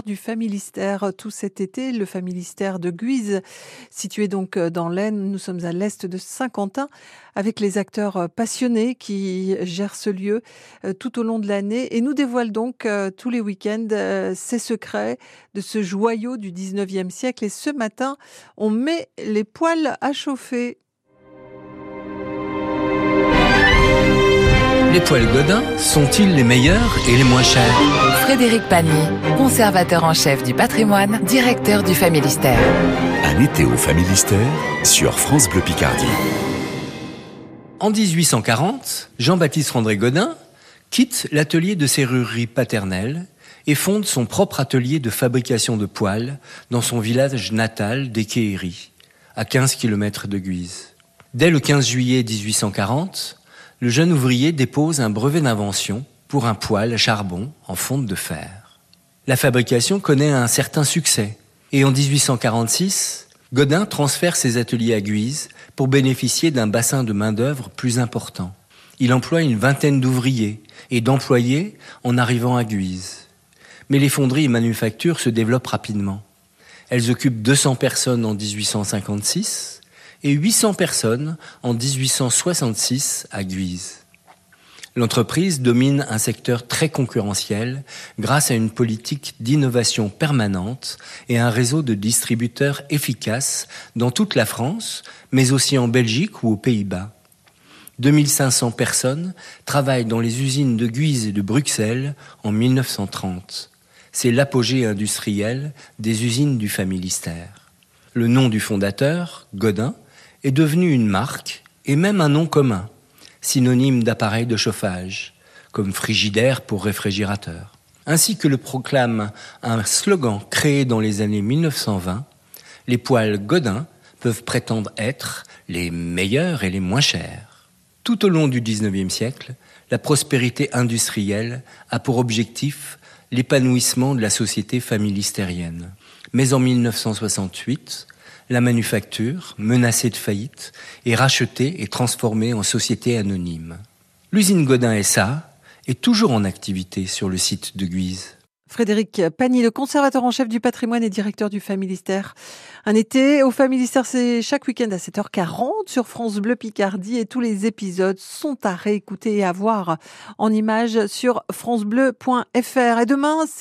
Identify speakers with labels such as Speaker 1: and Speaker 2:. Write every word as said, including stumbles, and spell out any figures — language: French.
Speaker 1: du Familistère tout cet été, le Familistère de Guise, situé donc dans l'Aisne. Nous sommes à l'est de Saint-Quentin avec les acteurs passionnés qui gèrent ce lieu tout au long de l'année et nous dévoilent donc tous les week-ends ces secrets de ce joyau du dix-neuvième siècle. Et ce matin, on met les poêles à chauffer.
Speaker 2: Les poêles Godin sont-ils les meilleurs et les moins chers ?
Speaker 3: Frédéric Pagny, conservateur en chef du patrimoine, directeur du Familistère.
Speaker 4: Un été au Familistère sur France Bleu Picardie.
Speaker 2: En dix-huit cent quarante, Jean-Baptiste André Godin quitte l'atelier de serrurerie paternelle et fonde son propre atelier de fabrication de poêles dans son village natal d'Équéhéry, à quinze kilomètres de Guise. Dès le quinze juillet dix-huit cent quarante, le jeune ouvrier dépose un brevet d'invention pour un poêle à charbon en fonte de fer. La fabrication connaît un certain succès et en dix-huit cent quarante-six, Godin transfère ses ateliers à Guise pour bénéficier d'un bassin de main-d'œuvre plus important. Il emploie une vingtaine d'ouvriers et d'employés en arrivant à Guise. Mais les fonderies et manufactures se développent rapidement. Elles occupent deux cents personnes en dix-huit cent cinquante-six et huit cents personnes en dix-huit cent soixante-six à Guise. L'entreprise domine un secteur très concurrentiel grâce à une politique d'innovation permanente et un réseau de distributeurs efficaces dans toute la France, mais aussi en Belgique ou aux Pays-Bas. deux mille cinq cents personnes travaillent dans les usines de Guise et de Bruxelles en mille neuf cent trente. C'est l'apogée industriel des usines du Familistère. Le nom du fondateur, Godin, est devenu une marque et même un nom commun, synonyme d'appareil de chauffage, comme frigidaire pour réfrigérateur. Ainsi que le proclame un slogan créé dans les années mille neuf cent vingt, les poêles Godin peuvent prétendre être les meilleurs et les moins chers. Tout au long du dix-neuvième siècle, la prospérité industrielle a pour objectif l'épanouissement de la société familistérienne. Mais en mille neuf cent soixante-huit, la manufacture, menacée de faillite, est rachetée et transformée en société anonyme. L'usine Godin S A est toujours en activité sur le site de Guise.
Speaker 1: Frédéric Pagny, le conservateur en chef du patrimoine et directeur du Familistère. Un été au Familistère, c'est chaque week-end à sept heures quarante sur France Bleu Picardie et tous les épisodes sont à réécouter et à voir en images sur francebleu point f r. Et demain, c'est